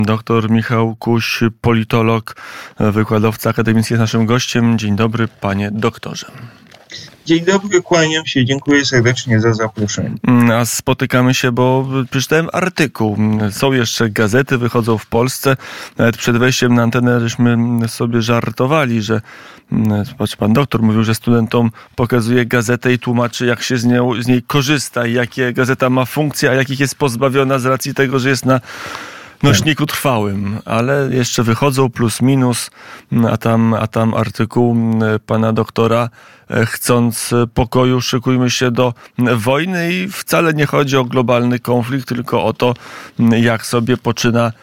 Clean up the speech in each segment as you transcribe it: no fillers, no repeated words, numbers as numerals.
Doktor Michał Kuś, politolog, wykładowca akademicki, jest naszym gościem. Dzień dobry, panie doktorze. Dzień dobry, kłaniam się, dziękuję serdecznie za zaproszenie. A spotykamy się, bo przeczytałem artykuł. Są jeszcze gazety, wychodzą w Polsce. Nawet przed wejściem na antenę żeśmy sobie żartowali, że pan doktor mówił, że studentom pokazuje gazetę i tłumaczy, jak się z niej korzysta i jakie gazeta ma funkcje, a jakich jest pozbawiona z racji tego, że jest na nośniku trwałym, ale jeszcze wychodzą plus minus, a tam artykuł pana doktora: chcąc pokoju, szykujmy się do wojny, i wcale nie chodzi o globalny konflikt, tylko o to, jak sobie poczyna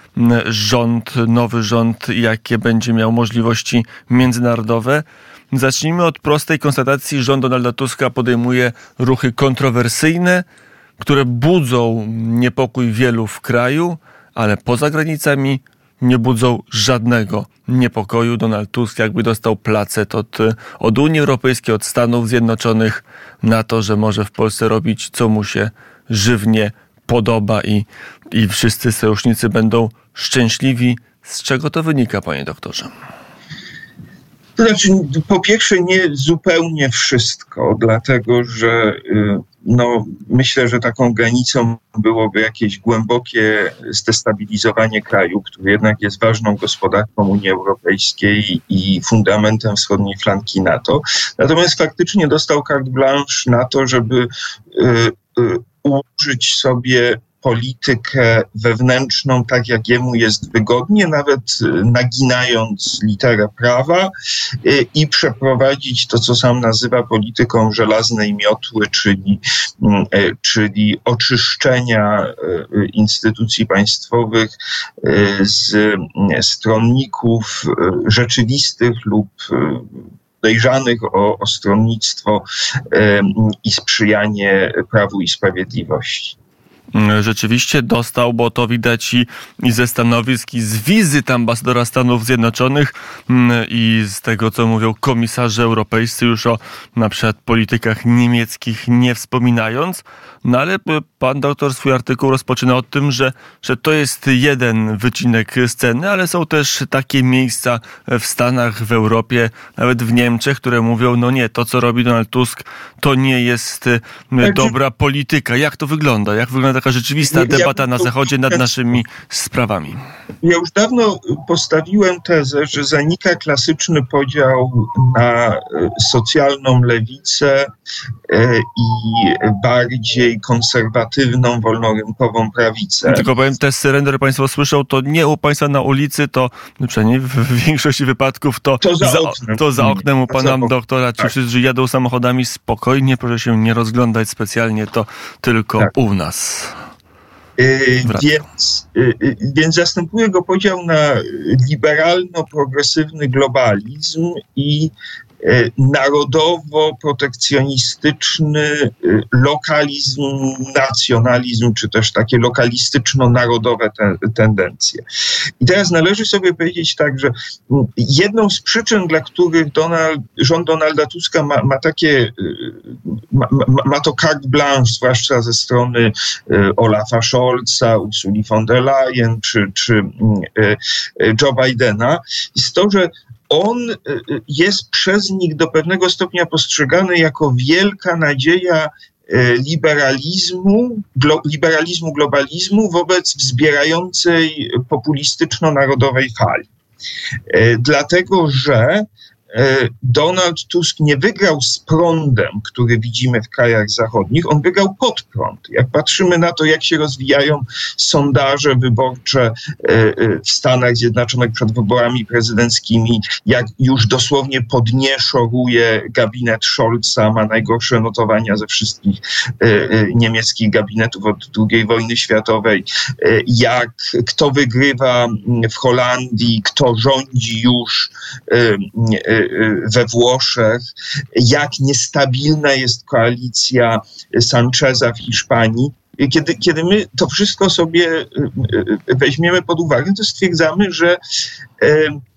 nowy rząd, jakie będzie miał możliwości międzynarodowe. Zacznijmy od prostej konstatacji. Rząd Donalda Tuska podejmuje ruchy kontrowersyjne, które budzą niepokój wielu w kraju, ale poza granicami nie budzą żadnego niepokoju. Donald Tusk jakby dostał placet od Unii Europejskiej, od Stanów Zjednoczonych na to, że może w Polsce robić, co mu się żywnie podoba, i wszyscy sojusznicy będą szczęśliwi. Z czego to wynika, panie doktorze? To znaczy, po pierwsze, nie zupełnie wszystko, dlatego że myślę, że taką granicą byłoby jakieś głębokie zdestabilizowanie kraju, który jednak jest ważną gospodarką Unii Europejskiej i fundamentem wschodniej flanki NATO. Natomiast faktycznie dostał carte blanche na to, żeby ułożyć sobie politykę wewnętrzną tak, jak jemu jest wygodnie, nawet naginając literę prawa, i przeprowadzić to, co sam nazywa polityką żelaznej miotły, czyli oczyszczenia instytucji państwowych z stronników rzeczywistych lub podejrzanych o stronnictwo i sprzyjanie Prawu i Sprawiedliwości. Rzeczywiście dostał, bo to widać i ze stanowisk, i z wizyt ambasadora Stanów Zjednoczonych, i z tego, co mówią komisarze europejscy, już o na przykład politykach niemieckich nie wspominając. No ale pan doktor swój artykuł rozpoczyna od tym, że to jest jeden wycinek sceny, ale są też takie miejsca w Stanach, w Europie, nawet w Niemczech, które mówią: no nie, to co robi Donald Tusk, to nie jest dobra polityka. Jak to wygląda? Jak wygląda taka rzeczywista debata na Zachodzie nad naszymi sprawami? Ja już dawno postawiłem tezę, że zanika klasyczny podział na socjalną lewicę i bardziej konserwatywną, wolnorynkową prawicę. Tylko powiem, te syreny, które państwo słyszą, to nie u państwa na ulicy, to przynajmniej w większości wypadków to za oknem u pana doktora. Ci wszyscy jadą samochodami spokojnie, proszę się nie rozglądać specjalnie, to tylko u nas. Więc zastępuje go podział na liberalno-progresywny globalizm i narodowo-protekcjonistyczny lokalizm, nacjonalizm, czy też takie lokalistyczno-narodowe tendencje. I teraz należy sobie powiedzieć tak, że jedną z przyczyn, dla których rząd Donalda Tuska ma to carte blanche, zwłaszcza ze strony Olafa Scholza, Ursuli von der Leyen czy Joe Bidena, jest to, że on jest przez nich do pewnego stopnia postrzegany jako wielka nadzieja liberalizmu, globalizmu wobec wzbierającej populistyczno-narodowej fali. Dlatego, że Donald Tusk nie wygrał z prądem, który widzimy w krajach zachodnich, on wygrał pod prąd. Jak patrzymy na to, jak się rozwijają sondaże wyborcze w Stanach Zjednoczonych przed wyborami prezydenckimi, jak już dosłownie szoruje gabinet Scholza, ma najgorsze notowania ze wszystkich niemieckich gabinetów od II wojny światowej, kto wygrywa w Holandii, kto rządzi już we Włoszech, jak niestabilna jest koalicja Sancheza w Hiszpanii. Kiedy my to wszystko sobie weźmiemy pod uwagę, to stwierdzamy, że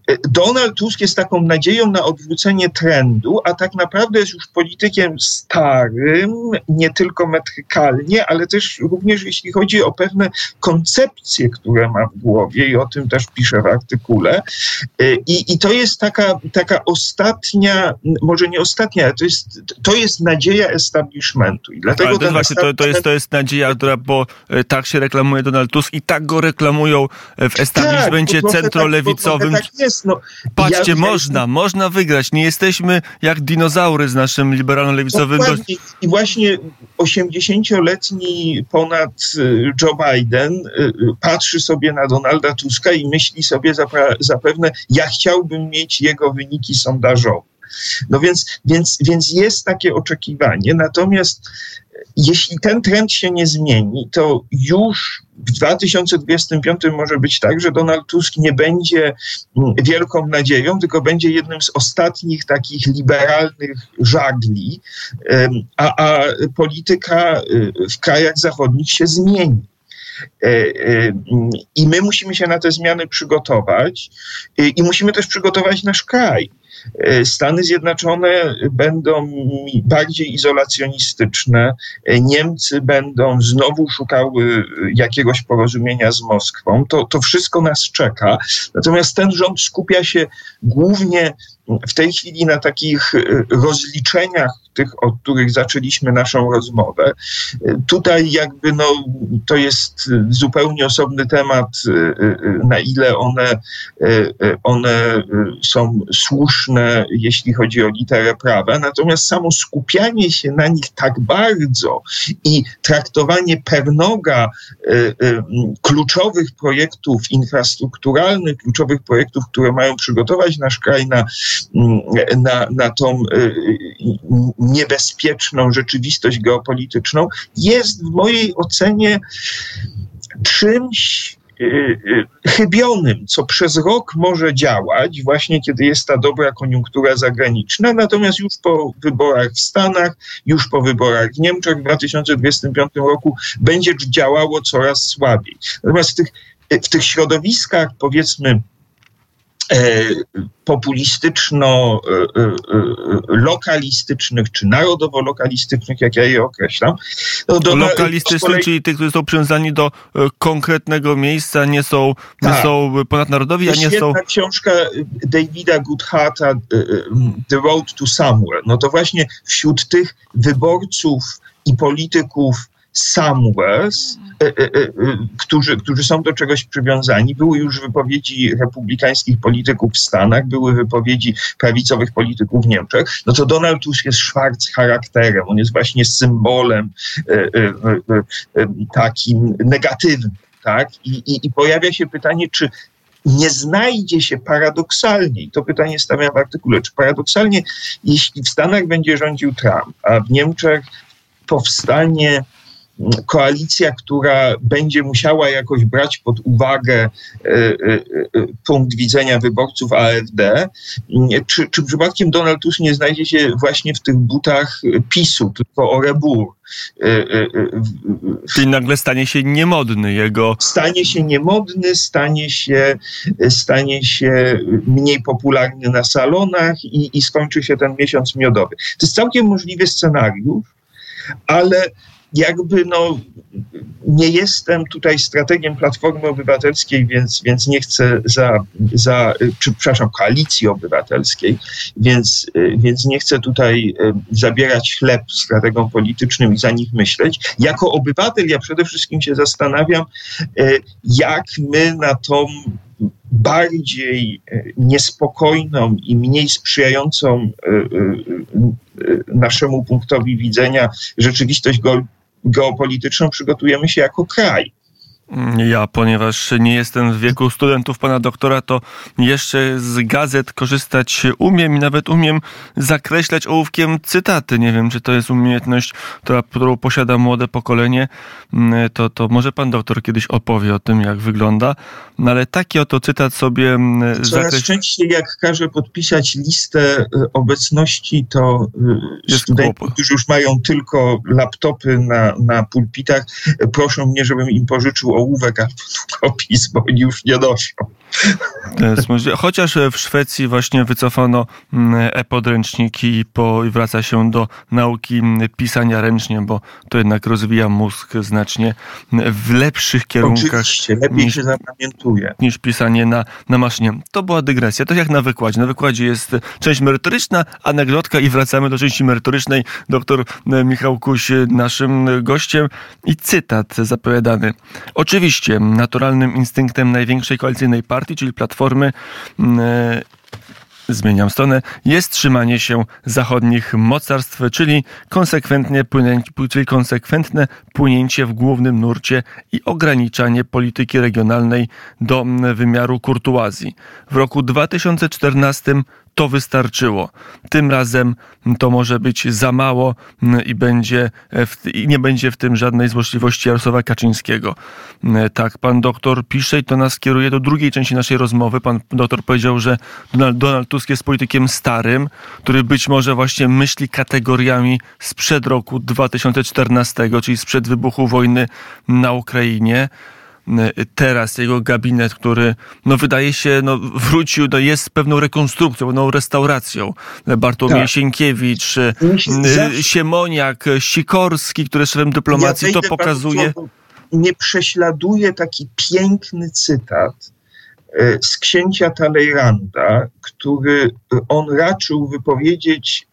Donald Tusk jest taką nadzieją na odwrócenie trendu, a tak naprawdę jest już politykiem starym, nie tylko metrykalnie, ale też również jeśli chodzi o pewne koncepcje, które ma w głowie i o tym też pisze w artykule. I to jest taka ostatnia, może nie ostatnia, ale to jest nadzieja establishmentu. I dlatego ale to jest nadzieja, która, bo tak się reklamuje Donald Tusk i tak go reklamują w establishmencie centrolewicowym. Tak jest. No, patrzcie, można wygrać. Nie jesteśmy jak dinozaury z naszym liberalno-lewicowym... I właśnie 80-letni ponad Joe Biden patrzy sobie na Donalda Tuska i myśli sobie zapewne, ja chciałbym mieć jego wyniki sondażowe. No więc jest takie oczekiwanie. Natomiast jeśli ten trend się nie zmieni, to już w 2025 może być tak, że Donald Tusk nie będzie wielką nadzieją, tylko będzie jednym z ostatnich takich liberalnych żagli, a polityka w krajach zachodnich się zmieni. I my musimy się na te zmiany przygotować i musimy też przygotować nasz kraj. Stany Zjednoczone będą bardziej izolacjonistyczne, Niemcy będą znowu szukały jakiegoś porozumienia z Moskwą. To wszystko nas czeka. Natomiast ten rząd skupia się głównie w tej chwili na takich rozliczeniach, tych, od których zaczęliśmy naszą rozmowę. Tutaj jakby to jest zupełnie osobny temat, na ile one są słuszne, jeśli chodzi o literę prawa. Natomiast samo skupianie się na nich tak bardzo i traktowanie per noga kluczowych projektów infrastrukturalnych, kluczowych projektów, które mają przygotować nasz kraj na tą niebezpieczną rzeczywistość geopolityczną, jest w mojej ocenie czymś chybionym, co przez rok może działać, właśnie kiedy jest ta dobra koniunktura zagraniczna, natomiast już po wyborach w Stanach, już po wyborach w Niemczech w 2025 roku będzie działało coraz słabiej. Natomiast w tych środowiskach, powiedzmy, populistyczno-lokalistycznych, czy narodowo-lokalistycznych, jak ja je określam. Lokalistycznych, czyli tych, którzy są przywiązani do konkretnego miejsca, nie są ponadnarodowi, a nie są... Świetna książka Davida Goodharta, The Road to Somewhere. No to właśnie wśród tych wyborców i polityków somewheres, którzy są do czegoś przywiązani. Były już wypowiedzi republikańskich polityków w Stanach, były wypowiedzi prawicowych polityków w Niemczech. No to Donald Tusk jest Schwarz charakterem. On jest właśnie symbolem takim negatywnym. Tak? I pojawia się pytanie, czy nie znajdzie się paradoksalnie, i to pytanie stawiam w artykule, czy paradoksalnie, jeśli w Stanach będzie rządził Trump, a w Niemczech powstanie koalicja, która będzie musiała jakoś brać pod uwagę punkt widzenia wyborców AfD, czy przypadkiem Donald Tusk nie znajdzie się właśnie w tych butach PiS-u, tylko o rebur. Czyli nagle stanie się niemodny Stanie się niemodny, stanie się mniej popularny na salonach i skończy się ten miesiąc miodowy. To jest całkiem możliwy scenariusz, ale jakby nie jestem tutaj strategiem Platformy Obywatelskiej, więc nie chcę Koalicji Obywatelskiej, więc nie chcę tutaj zabierać chleb strategom politycznym i za nich myśleć. Jako obywatel ja przede wszystkim się zastanawiam, jak my na tą bardziej niespokojną i mniej sprzyjającą naszemu punktowi widzenia rzeczywistość geopolityczną przygotujemy się jako kraj. Ja, ponieważ nie jestem w wieku studentów pana doktora, to jeszcze z gazet korzystać umiem i nawet umiem zakreślać ołówkiem cytaty. Nie wiem, czy to jest umiejętność, którą posiada młode pokolenie. To może pan doktor kiedyś opowie o tym, jak wygląda. No ale taki oto cytat sobie Coraz częściej, jak każę podpisać listę obecności, to studenci, którzy już mają tylko laptopy na pulpitach, proszą mnie, żebym im pożyczył ołówek albo długopis, bo oni już nie noszą. Chociaż w Szwecji właśnie wycofano e-podręczniki i wraca się do nauki pisania ręcznie, bo to jednak rozwija mózg znacznie w lepszych kierunkach. Oczywiście, lepiej się zapamiętuje. Niż pisanie na maszynie. To była dygresja. To jak na wykładzie. Na wykładzie jest część merytoryczna, anegdotka i wracamy do części merytorycznej. Doktor Michał Kuś naszym gościem i cytat zapowiadany. Oczywiście naturalnym instynktem największej koalicyjnej partii, czyli Platformy, zmieniam stronę, jest trzymanie się zachodnich mocarstw, czyli konsekwentne płynięcie w głównym nurcie i ograniczanie polityki regionalnej do wymiaru kurtuazji. W roku 2014 to wystarczyło. Tym razem to może być za mało i nie będzie w tym żadnej złośliwości Jarosława Kaczyńskiego. Tak, pan doktor pisze i to nas kieruje do drugiej części naszej rozmowy. Pan doktor powiedział, że Donald Tusk jest politykiem starym, który być może właśnie myśli kategoriami sprzed roku 2014, czyli sprzed wybuchu wojny na Ukrainie. Teraz jego gabinet, który wydaje się wrócił, jest pewną rekonstrukcją, pewną restauracją. Bartłomiej Sienkiewicz, Siemoniak, Sikorski, który jest szefem dyplomacji, to pokazuje. Nie prześladuje taki piękny cytat z księcia Talleyranda, który on raczył wypowiedzieć,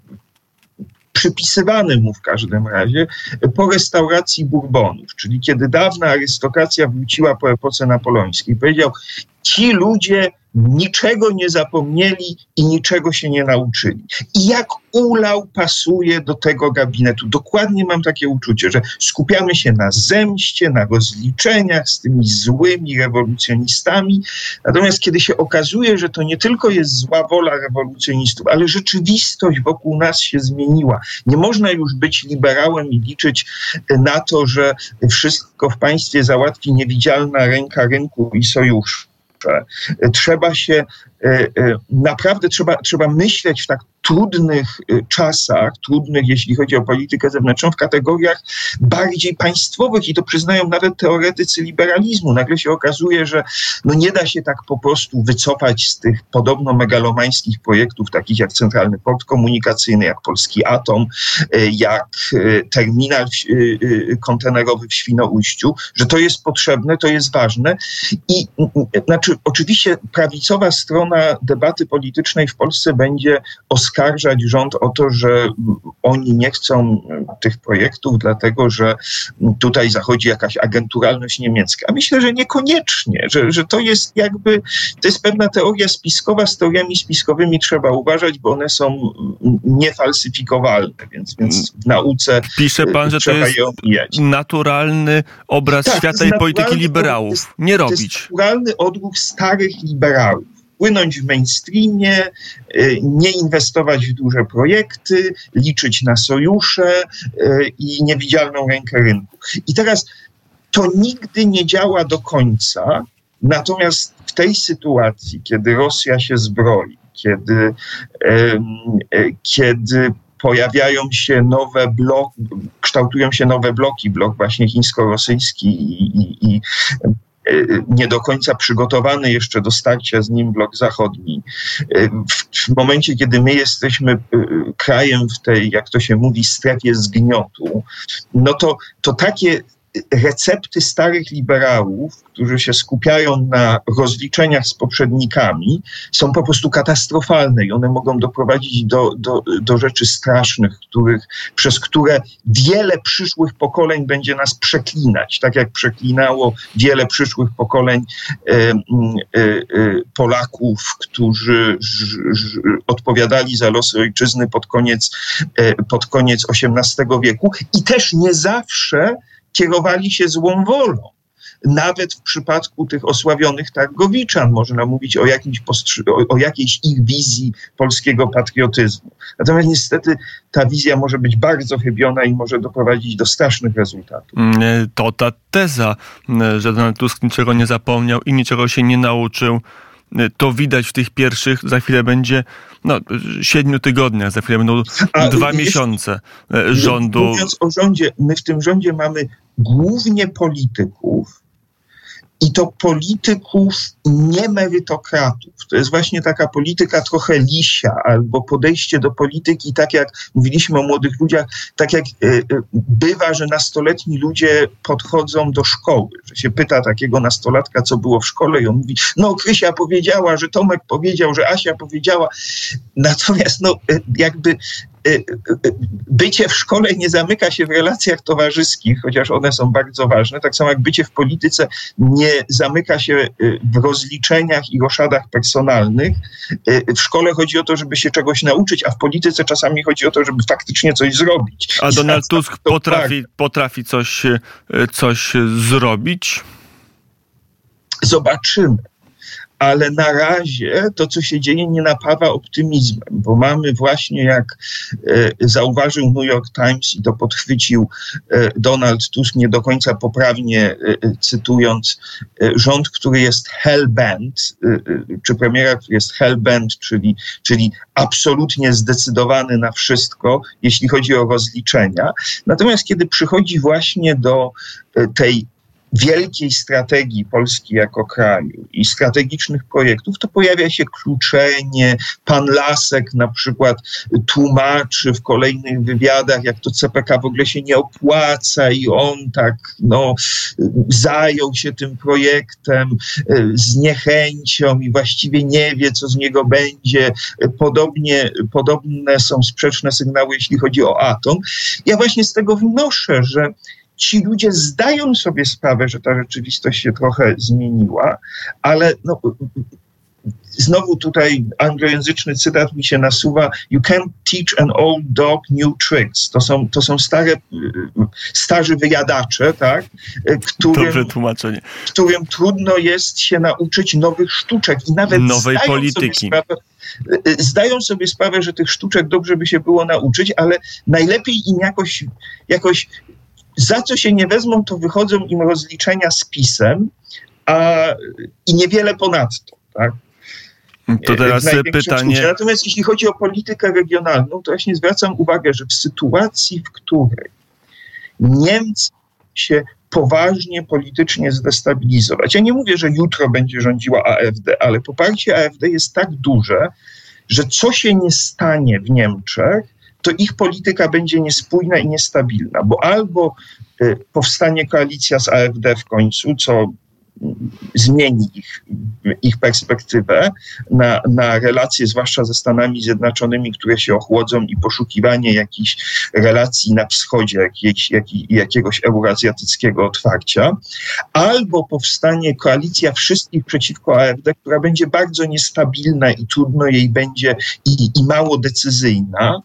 przypisywany mu w każdym razie, po restauracji Bourbonów, czyli kiedy dawna arystokracja wróciła po epoce napoleońskiej. Powiedział, ci ludzie niczego nie zapomnieli i niczego się nie nauczyli. I jak ulał pasuje do tego gabinetu. Dokładnie mam takie uczucie, że skupiamy się na zemście, na rozliczeniach z tymi złymi rewolucjonistami. Natomiast kiedy się okazuje, że to nie tylko jest zła wola rewolucjonistów, ale rzeczywistość wokół nas się zmieniła. Nie można już być liberałem i liczyć na to, że wszystko w państwie załatwi niewidzialna ręka rynku i sojuszu. Trzeba się naprawdę trzeba myśleć w tak trudnych czasach, trudnych jeśli chodzi o politykę zewnętrzną, w kategoriach bardziej państwowych i to przyznają nawet teoretycy liberalizmu. Nagle się okazuje, że nie da się tak po prostu wycofać z tych podobno megalomańskich projektów, takich jak Centralny Port Komunikacyjny, jak Polski Atom, jak terminal kontenerowy w Świnoujściu, że to jest potrzebne, to jest ważne i oczywiście prawicowa strona debaty politycznej w Polsce będzie oskarżać rząd o to, że oni nie chcą tych projektów, dlatego że tutaj zachodzi jakaś agenturalność niemiecka. Myślę, że niekoniecznie, że to jest to jest pewna teoria spiskowa. Z teoriami spiskowymi trzeba uważać, bo one są niefalsyfikowalne, więc w nauce pisze pan, że trzeba to jest je omijać. Naturalny obraz świata i polityki liberałów. Nie robić. To jest naturalny odruch starych liberałów. Płynąć w mainstreamie, nie inwestować w duże projekty, liczyć na sojusze i niewidzialną rękę rynku. I teraz to nigdy nie działa do końca, natomiast w tej sytuacji, kiedy Rosja się zbroi, kiedy pojawiają się kształtują się nowe bloki, blok właśnie chińsko-rosyjski i nie do końca przygotowany jeszcze do starcia z nim blok zachodni. W momencie, kiedy my jesteśmy krajem w tej, jak to się mówi, strefie zgniotu, to takie recepty starych liberałów, którzy się skupiają na rozliczeniach z poprzednikami, są po prostu katastrofalne i one mogą doprowadzić do rzeczy strasznych, przez które wiele przyszłych pokoleń będzie nas przeklinać, tak jak przeklinało wiele przyszłych pokoleń Polaków, którzy odpowiadali za losy ojczyzny pod koniec XVIII wieku i też nie zawsze kierowali się złą wolą. Nawet w przypadku tych osławionych Targowiczan można mówić o jakiejś ich wizji polskiego patriotyzmu. Natomiast niestety ta wizja może być bardzo chybiona i może doprowadzić do strasznych rezultatów. To ta teza, że Donald Tusk niczego nie zapomniał i niczego się nie nauczył, to widać w tych pierwszych, za chwilę będzie 7 tygodniach, za chwilę będą 2 miesiące rządu. Mówiąc o rządzie, my w tym rządzie mamy głównie polityków i to polityków niemerytokratów. To jest właśnie taka polityka trochę lisia, albo podejście do polityki, tak jak mówiliśmy o młodych ludziach, tak jak bywa, że nastoletni ludzie podchodzą do szkoły, że się pyta takiego nastolatka, co było w szkole i on mówi, no Krysia powiedziała, że Tomek powiedział, że Asia powiedziała. Natomiast jakby bycie w szkole nie zamyka się w relacjach towarzyskich, chociaż one są bardzo ważne, tak samo jak bycie w polityce nie zamyka się w rozliczeniach i roszadach personalnych. W szkole chodzi o to, żeby się czegoś nauczyć, a w polityce czasami chodzi o to, żeby faktycznie coś zrobić. A Donald Tusk potrafi coś zrobić? Zobaczymy. Ale na razie to, co się dzieje, nie napawa optymizmem, bo mamy właśnie, jak zauważył New York Times i to podchwycił Donald Tusk, nie do końca poprawnie cytując, rząd, który jest hell-bent, czy premiera, który jest hell-bent, czyli absolutnie zdecydowany na wszystko, jeśli chodzi o rozliczenia. Natomiast kiedy przychodzi właśnie do tej wielkiej strategii Polski jako kraju i strategicznych projektów, to pojawia się kluczenie. Pan Lasek na przykład tłumaczy w kolejnych wywiadach, jak to CPK w ogóle się nie opłaca i on tak zajął się tym projektem z niechęcią i właściwie nie wie, co z niego będzie. Podobne są sprzeczne sygnały, jeśli chodzi o atom. Ja właśnie z tego wnoszę, że ci ludzie zdają sobie sprawę, że ta rzeczywistość się trochę zmieniła, ale znowu tutaj anglojęzyczny cytat mi się nasuwa: you can't teach an old dog new tricks. To są starzy wyjadacze, tak? Którym trudno jest się nauczyć nowych sztuczek i nawet nowej polityki. Zdają sobie sprawę, że tych sztuczek dobrze by się było nauczyć, ale najlepiej im jakoś za co się nie wezmą, to wychodzą im rozliczenia z PiS-em i niewiele ponadto. Tak? To teraz pytanie. Natomiast jeśli chodzi o politykę regionalną, to właśnie zwracam uwagę, że w sytuacji, w której Niemcy się poważnie politycznie zdestabilizować. Ja nie mówię, że jutro będzie rządziła AfD, ale poparcie AfD jest tak duże, że co się nie stanie w Niemczech, to ich polityka będzie niespójna i niestabilna, bo albo powstanie koalicja z AfD w końcu, co zmieni ich perspektywę na relacje, zwłaszcza ze Stanami Zjednoczonymi, które się ochłodzą, i poszukiwanie jakichś relacji na wschodzie, jakiegoś eurazjatyckiego otwarcia, albo powstanie koalicja wszystkich przeciwko AfD, która będzie bardzo niestabilna i trudno jej będzie i mało decyzyjna,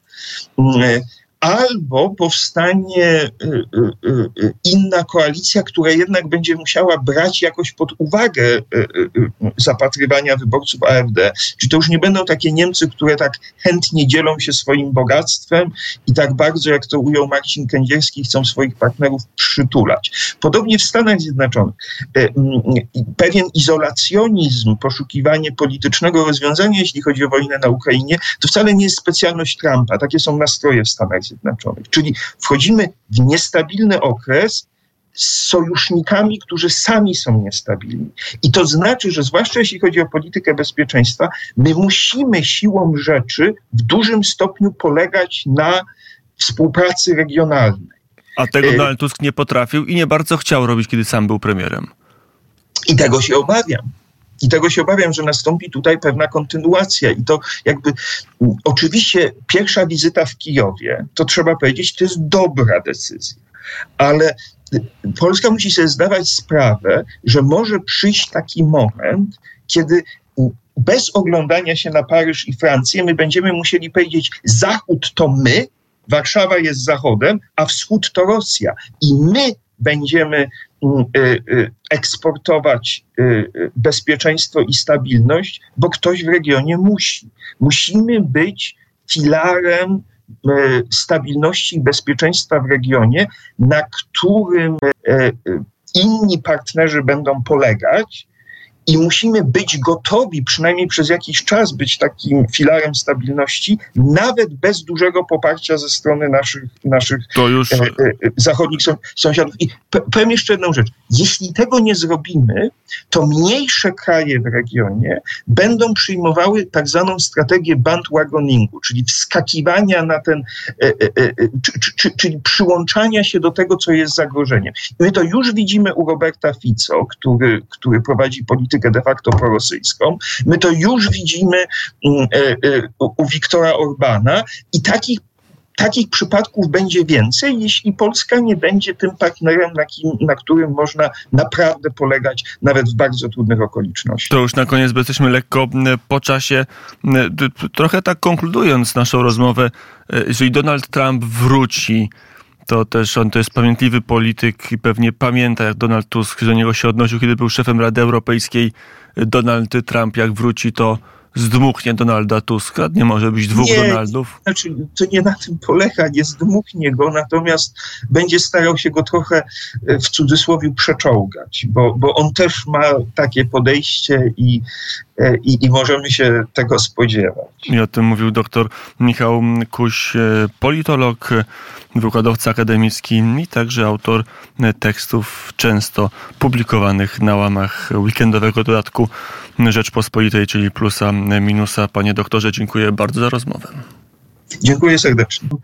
albo powstanie inna koalicja, która jednak będzie musiała brać jakoś pod uwagę zapatrywania wyborców AfD. Czy to już nie będą takie Niemcy, które tak chętnie dzielą się swoim bogactwem i tak bardzo, jak to ujął Marcin Kędzierski, chcą swoich partnerów przytulać. Podobnie w Stanach Zjednoczonych. Pewien izolacjonizm, poszukiwanie politycznego rozwiązania, jeśli chodzi o wojnę na Ukrainie, to wcale nie jest specjalność Trumpa. Takie są nastroje w Stanach Zjednoczonych. Czyli wchodzimy w niestabilny okres z sojusznikami, którzy sami są niestabilni. I to znaczy, że zwłaszcza jeśli chodzi o politykę bezpieczeństwa, my musimy siłą rzeczy w dużym stopniu polegać na współpracy regionalnej. A tego Donald Tusk nie potrafił i nie bardzo chciał robić, kiedy sam był premierem. I tego się obawiam, że nastąpi tutaj pewna kontynuacja. I to jakby oczywiście pierwsza wizyta w Kijowie, to trzeba powiedzieć, to jest dobra decyzja. Ale Polska musi sobie zdawać sprawę, że może przyjść taki moment, kiedy bez oglądania się na Paryż i Francję my będziemy musieli powiedzieć: Zachód to my, Warszawa jest Zachodem, a Wschód to Rosja. I my będziemy eksportować bezpieczeństwo i stabilność, bo ktoś w regionie musi. Musimy być filarem stabilności i bezpieczeństwa w regionie, na którym inni partnerzy będą polegać I musimy być gotowi, przynajmniej przez jakiś czas, być takim filarem stabilności, nawet bez dużego poparcia ze strony naszych zachodnich sąsiadów. I powiem jeszcze jedną rzecz. Jeśli tego nie zrobimy, to mniejsze kraje w regionie będą przyjmowały tak zwaną strategię bandwagoningu, czyli wskakiwania na ten, czyli przyłączania się do tego, co jest zagrożeniem. I my to już widzimy u Roberta Fico, który prowadzi politykę de facto prorosyjską. My to już widzimy u Viktora Orbana i takich przypadków będzie więcej, jeśli Polska nie będzie tym partnerem, na którym można naprawdę polegać, nawet w bardzo trudnych okolicznościach. To już na koniec, bo jesteśmy lekko po czasie. Trochę tak konkludując naszą rozmowę, jeżeli Donald Trump wróci, to też on to jest pamiętliwy polityk i pewnie pamięta, jak Donald Tusk do niego się odnosił, kiedy był szefem Rady Europejskiej. Donald Trump, jak wróci, to zdmuchnie Donalda Tuska. Nie może być dwóch Donaldów. Znaczy, to nie na tym polega, nie zdmuchnie go, natomiast będzie starał się go trochę w cudzysłowie przeczołgać, bo on też ma takie podejście i możemy się tego spodziewać. I o tym mówił dr Michał Kuś, politolog, wykładowca akademicki i także autor tekstów często publikowanych na łamach weekendowego dodatku Rzeczpospolitej, czyli Plusa Minusa. Panie doktorze, dziękuję bardzo za rozmowę. Dziękuję serdecznie.